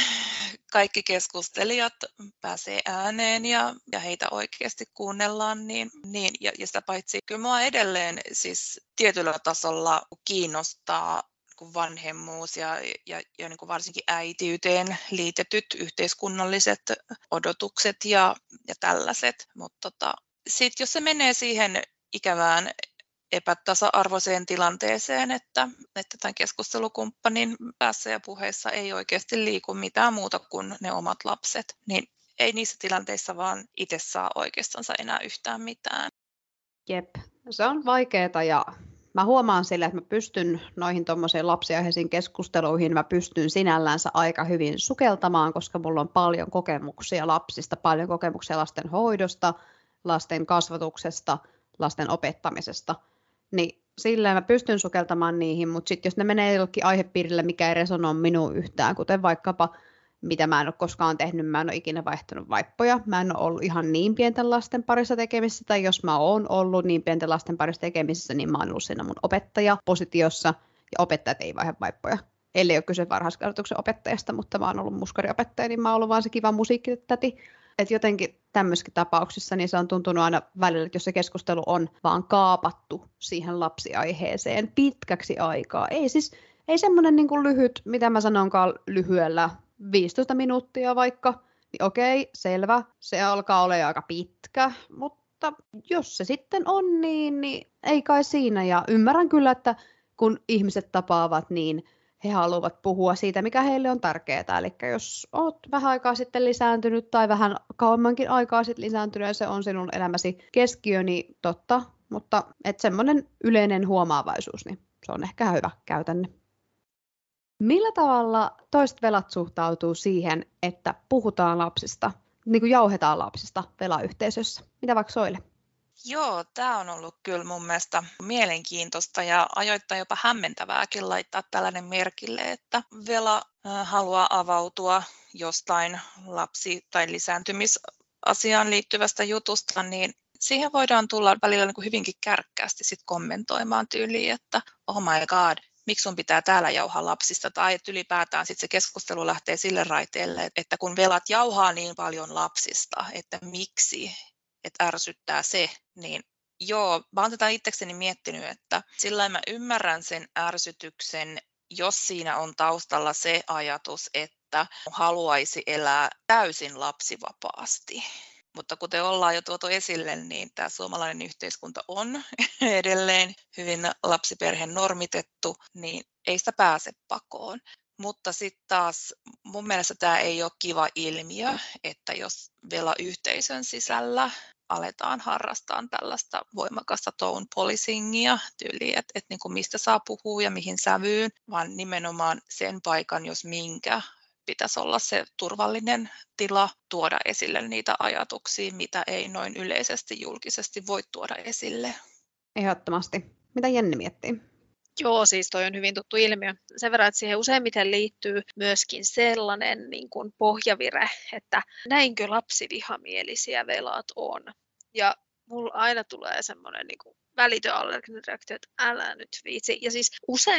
kaikki keskustelijat pääsee ääneen ja heitä oikeasti kuunnellaan, niin ja sitä paitsi kyllä minua edelleen siis tietyllä tasolla kiinnostaa vanhemmuus ja niin kuin varsinkin äitiyteen liitetyt yhteiskunnalliset odotukset ja tällaiset, mutta sitten jos se menee siihen ikävään epätasa-arvoiseen tilanteeseen, että tämän keskustelukumppanin päässä ja puheessa ei oikeasti liiku mitään muuta kuin ne omat lapset, niin ei niissä tilanteissa vaan itse saa oikeastaan enää yhtään mitään. Jep, se on vaikeaa ja mä huomaan sille, että mä pystyn noihin tuommoisiin lapsiaiheisiin keskusteluihin, mä pystyn sinällänsä aika hyvin sukeltamaan, koska mulla on paljon kokemuksia lapsista, paljon kokemuksia lasten hoidosta, lasten kasvatuksesta, lasten opettamisesta. Niin silleen mä pystyn sukeltamaan niihin, mutta sitten jos ne menee jollekin aihepiirille, mikä ei resonoi minuun yhtään, kuten vaikkapa mitä mä en ole koskaan tehnyt, mä en ole ikinä vaihtanut vaippoja, mä en ole ollut ihan niin pienten lasten parissa tekemisissä, tai jos mä oon ollut niin pienten lasten parissa tekemisissä, niin mä oon ollut siinä mun opettajapositiossa, ja opettajat ei vaihda vaippoja. Ellei ole kyse varhaiskasvatuksen opettajasta, mutta mä oon ollut muskariopettaja, niin mä oon ollut vaan se kiva musiikkitäti. Että jotenkin tämmöisissä tapauksissa niin se on tuntunut aina välillä, että jos se keskustelu on vaan kaapattu siihen lapsiaiheeseen pitkäksi aikaa. Ei semmoinen niin kuin lyhyt, mitä mä sanonkaan lyhyellä, 15 minuuttia vaikka, niin okei, selvä, se alkaa olla aika pitkä, mutta jos se sitten on, niin ei kai siinä. Ja ymmärrän kyllä, että kun ihmiset tapaavat, niin he haluavat puhua siitä, mikä heille on tärkeää. Eli jos olet vähän aikaa sitten lisääntynyt tai vähän kauemmankin aikaa sitten lisääntynyt ja se on sinun elämäsi keskiö, niin totta. Mutta semmoinen yleinen huomaavaisuus, niin se on ehkä hyvä käytänne. Millä tavalla toiset velat suhtautuu siihen, että puhutaan lapsista, niin kuin jauhetaan lapsista velayhteisössä? Mitä vaikka Soile? Joo, tämä on ollut kyllä mun mielestä mielenkiintoista ja ajoittain jopa hämmentävääkin laittaa tällainen merkille, että Vela haluaa avautua jostain lapsi- tai lisääntymisasiaan liittyvästä jutusta, niin siihen voidaan tulla välillä niin kuin hyvinkin kärkkäästi sit kommentoimaan tyyliin, että oh my god, miksi sun pitää täällä jauhaa lapsista, tai että ylipäätään sit se keskustelu lähtee sille raiteelle, että kun Velat jauhaa niin paljon lapsista, että miksi, että ärsyttää se, niin joo, mä oon tätä itsekseni miettinyt, että sillä mä ymmärrän sen ärsytyksen, jos siinä on taustalla se ajatus, että haluaisi elää täysin lapsivapaasti. Mutta kuten ollaan jo tuotu esille, niin tämä suomalainen yhteiskunta on edelleen hyvin lapsiperheen normitettu, niin ei sitä pääse pakoon. Mutta sitten taas mun mielestä tämä ei ole kiva ilmiö, että jos velayhteisön sisällä aletaan harrastaa tällaista voimakasta tone policingia tyyliin, että niin kuin mistä saa puhua ja mihin sävyyn, vaan nimenomaan sen paikan, jos minkä, pitäisi olla se turvallinen tila tuoda esille niitä ajatuksia, mitä ei noin yleisesti julkisesti voi tuoda esille. Ehdottomasti. Mitä Jenni miettii? Joo, siis toi on hyvin tuttu ilmiö. Sen verran, että siihen useimmiten liittyy myöskin sellainen niin kuin pohjavire, että näinkö lapsivihamielisiä velat on. Ja mulla aina tulee semmoinen niin kuin välitön allerginen reaktio, että älä nyt viitsi. Ja siis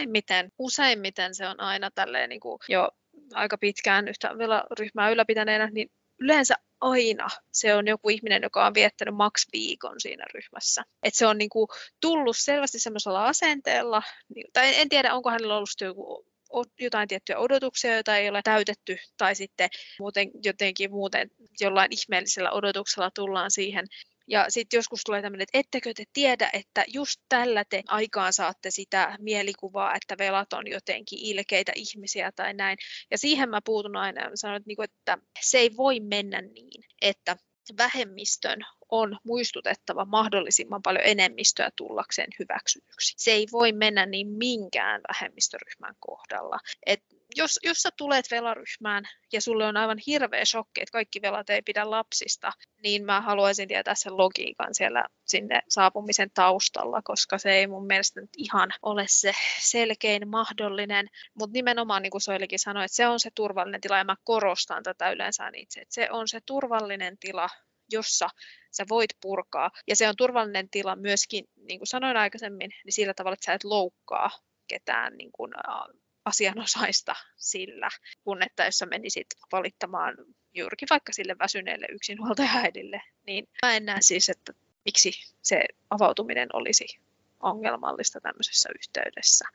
useimmiten se on aina tälleen niin kuin jo aika pitkään yhtä ryhmää ylläpitäneenä, niin yleensä aina se on joku ihminen, joka on viettänyt maks viikon siinä ryhmässä. Et se on niinku tullut selvästi semmoisella asenteella, tai en tiedä, onko hänellä ollut jotain tiettyjä odotuksia, joita ei ole täytetty, tai sitten jotenkin muuten jollain ihmeellisellä odotuksella tullaan siihen. Ja sitten joskus tulee tämmöinen, että ettekö te tiedä, että just tällä te aikaan saatte sitä mielikuvaa, että velat on jotenkin ilkeitä ihmisiä tai näin. Ja siihen mä puutun aina ja sanon, että se ei voi mennä niin, että vähemmistön on muistutettava mahdollisimman paljon enemmistöä tullakseen hyväksytyksi. Se ei voi mennä niin minkään vähemmistöryhmän kohdalla. Jos sä tulet velaryhmään ja sulle on aivan hirveä shokki, että kaikki velat ei pidä lapsista, niin mä haluaisin tietää sen logiikan siellä sinne saapumisen taustalla, koska se ei mun mielestä nyt ihan ole se selkein mahdollinen. Mutta nimenomaan, niin kuin Soilikin sanoi, että se on se turvallinen tila, ja mä korostan tätä yleensä itse, että se on se turvallinen tila, jossa sä voit purkaa. Ja se on turvallinen tila myöskin, niin kuin sanoin aikaisemmin, niin sillä tavalla, että sä et loukkaa ketään niin kuin asianosaista sillä, kun että jos sä menisit valittamaan juurikin vaikka sille väsyneelle yksinhuoltajaäidille, niin mä en näe siis, että miksi se avautuminen olisi ongelmallista tämmöisessä yhteydessä.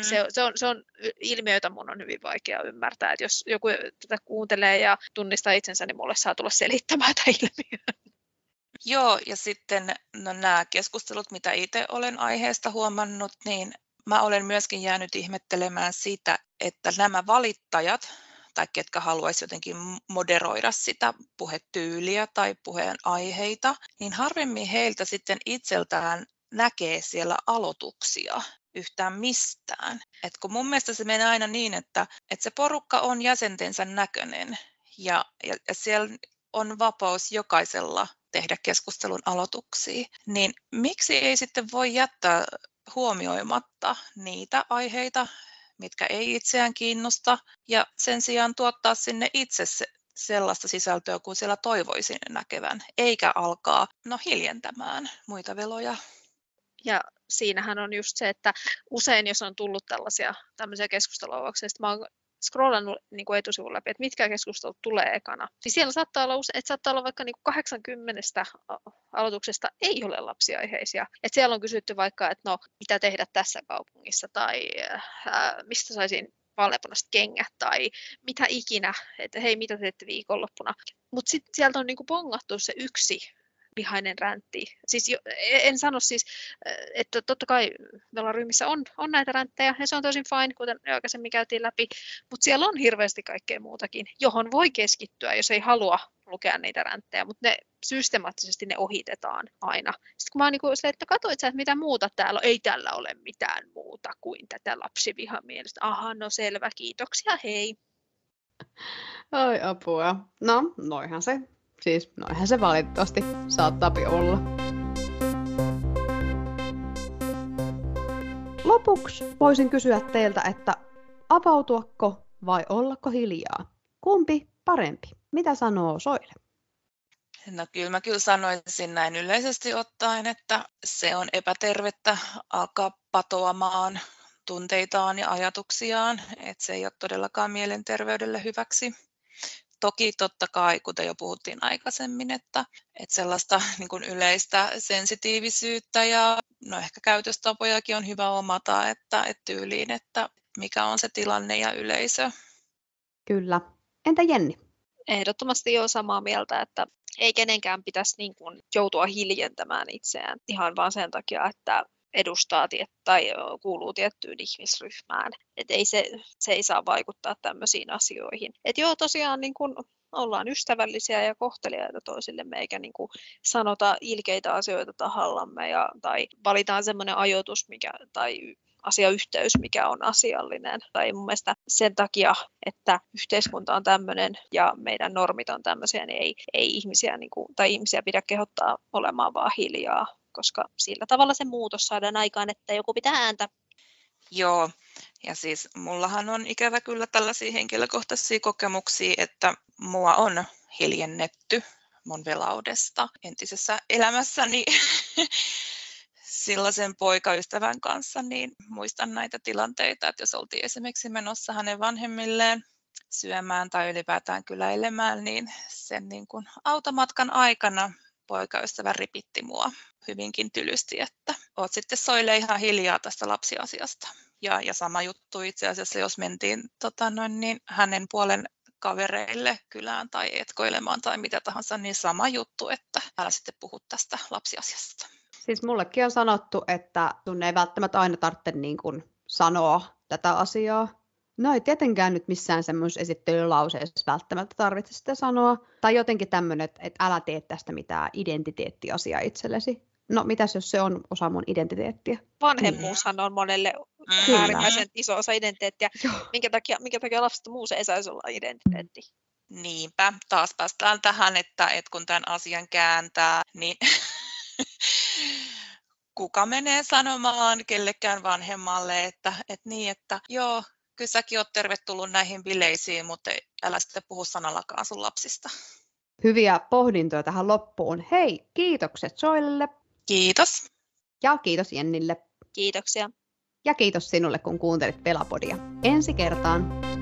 Se on ilmiö, jota mun on hyvin vaikea ymmärtää, että jos joku tätä kuuntelee ja tunnistaa itsensä, niin mulle saa tulla selittämään tätä ilmiötä. Joo, ja sitten nämä keskustelut, mitä itse olen aiheesta huomannut, niin mä olen myöskin jäänyt ihmettelemään sitä, että nämä valittajat, tai ketkä haluaisivat jotenkin moderoida sitä puhetyyliä tai puheen aiheita, niin harvemmin heiltä sitten itseltään näkee siellä aloituksia yhtään mistään. Et kun mun mielestä se menee aina niin, että se porukka on jäsentensä näköinen ja siellä on vapaus jokaisella tehdä keskustelun aloituksia, niin miksi ei sitten voi jättää huomioimatta niitä aiheita, mitkä ei itseään kiinnosta, ja sen sijaan tuottaa sinne itse sellaista sisältöä, kuin siellä toivoisin näkevän, eikä alkaa hiljentämään muita veloja. Ja siinähän on just se, että usein jos on tullut tämmöisiä keskusteluavauksia, mä oon scrollannut niin kuin etusivun läpi, että mitkä keskustelut tulee ekana. Niin siellä saattaa olla vaikka niin kuin 80 aloituksesta ei ole lapsiaiheisia. Että siellä on kysytty vaikka, että no, mitä tehdä tässä kaupungissa, tai mistä saisin vaaleanpunaiset kengät, tai mitä ikinä, että hei, mitä teette viikonloppuna. Mutta sitten sieltä on niin kuin bongattu se yksi vihainen räntti. Siis en sano siis, että totta kai ryhmissä on näitä ränttejä, ja se on tosin fine, kuten aikaisemmin käytiin läpi, mutta siellä on hirveästi kaikkea muutakin, johon voi keskittyä, jos ei halua lukea niitä ränttejä, mutta systemaattisesti ne ohitetaan aina. Sitten kun mä oon niin kuin, että katsoit sä, että mitä muuta täällä on, ei tällä ole mitään muuta kuin tätä lapsivihamielistä. Aha, no selvä, kiitoksia, hei. Ai apua. No, noihan se valitettavasti saattaa olla. Lopuksi voisin kysyä teiltä, että avautuako vai ollako hiljaa? Kumpi parempi? Mitä sanoo Soile? No kyllä mä sanoisin näin yleisesti ottaen, että se on epätervettä alkaa patoamaan tunteitaan ja ajatuksiaan, että se ei ole todellakaan mielenterveydelle hyväksi. Toki totta kai, kuten jo puhuttiin aikaisemmin, että sellaista niin kuin yleistä sensitiivisyyttä ja ehkä käytöstapojakin on hyvä omata, että tyyliin, että mikä on se tilanne ja yleisö. Kyllä. Entä Jenni? Ehdottomasti jo samaa mieltä, että ei kenenkään pitäisi niin kuin joutua hiljentämään itseään ihan vaan sen takia, että edustaa tai kuuluu tiettyyn ihmisryhmään. Et se ei saa vaikuttaa tämmöisiin asioihin. Et joo, tosiaan niin kun ollaan ystävällisiä ja kohteliaita toisillemme, eikä niin kun sanota ilkeitä asioita tahallamme tai valitaan semmoinen ajoitus tai asiayhteys, mikä on asiallinen. Tai mun mielestä sen takia, että yhteiskunta on tämmöinen ja meidän normit on tämmöisiä, niin ei ihmisiä, ihmisiä pidä kehottaa olemaan vaan hiljaa, koska sillä tavalla se muutos saadaan aikaan, että joku pitää ääntä. Joo, ja siis mullahan on ikävä kyllä tällaisia henkilökohtaisia kokemuksia, että mua on hiljennetty mun velaudesta entisessä elämässäni sellaisen poikaystävän kanssa, niin muistan näitä tilanteita, että jos oltiin esimerkiksi menossa hänen vanhemmilleen syömään tai ylipäätään kyläilemään, niin sen niin kuin automatkan aikana poikaystävä ripitti mua hyvinkin tylysti, että oot sitten Soile ihan hiljaa tästä lapsiasiasta. Ja sama juttu itse asiassa, jos mentiin hänen puolen kavereille kylään tai etkoilemaan tai mitä tahansa, niin sama juttu, että älä sitten puhu tästä lapsiasiasta. Siis mullekin on sanottu, että sun ei välttämättä aina tarvitse niin kuin sanoa tätä asiaa. No ei tietenkään nyt missään semmoisessa esittelylauseessa välttämättä tarvitse sitä sanoa. Tai jotenkin tämmöinen, että älä tee tästä mitään identiteettiasiaa itsellesi. No mitäs jos se on osa mun identiteettiä? Vanhemmuushan on monelle äärimmäisen iso osa identiteettiä. Minkä takia lapsesta muu se ei saisi olla identiteetti? Niinpä, taas päästään tähän, että kun tämän asian kääntää, niin kuka menee sanomaan kellekään vanhemmalle, että joo, kyllä säkin oot tervetullut näihin bileisiin, mutta älä sitten puhu sanallakaan sun lapsista. Hyviä pohdintoja tähän loppuun. Hei, kiitokset Soilelle. Kiitos. Ja kiitos Jennille. Kiitoksia. Ja kiitos sinulle, kun kuuntelit Pelapodia. Ensi kertaan.